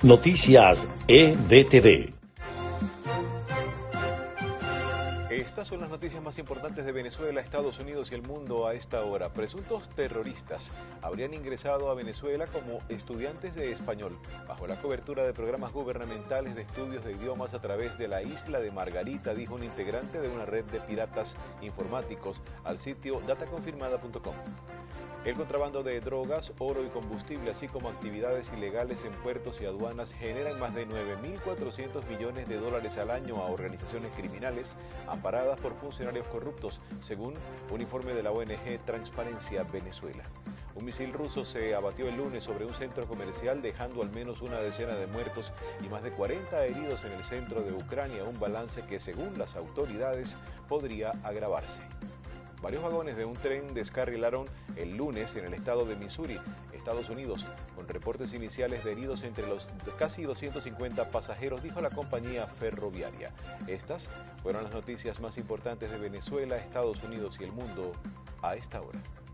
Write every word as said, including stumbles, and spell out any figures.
Noticias E D T V. Estas son las noticias más importantes de Venezuela, Estados Unidos y el mundo a esta hora. Presuntos terroristas habrían ingresado a Venezuela como estudiantes de español, bajo la cobertura de programas gubernamentales de estudios de idiomas a través de la isla de Margarita, dijo un integrante de una red de piratas informáticos al sitio data confirmada punto com. El contrabando de drogas, oro y combustible, así como actividades ilegales en puertos y aduanas, generan más de nueve mil cuatrocientos millones de dólares al año a organizaciones criminales amparadas por funcionarios corruptos, según un informe de la O N G Transparencia Venezuela. Un misil ruso se abatió el lunes sobre un centro comercial, dejando al menos una decena de muertos y más de cuarenta heridos en el centro de Ucrania, un balance que, según las autoridades, podría agravarse. Varios vagones de un tren descarrilaron el lunes en el estado de Missouri, Estados Unidos, con reportes iniciales de heridos entre los casi doscientos cincuenta pasajeros, dijo la compañía ferroviaria. Estas fueron las noticias más importantes de Venezuela, Estados Unidos y el mundo a esta hora.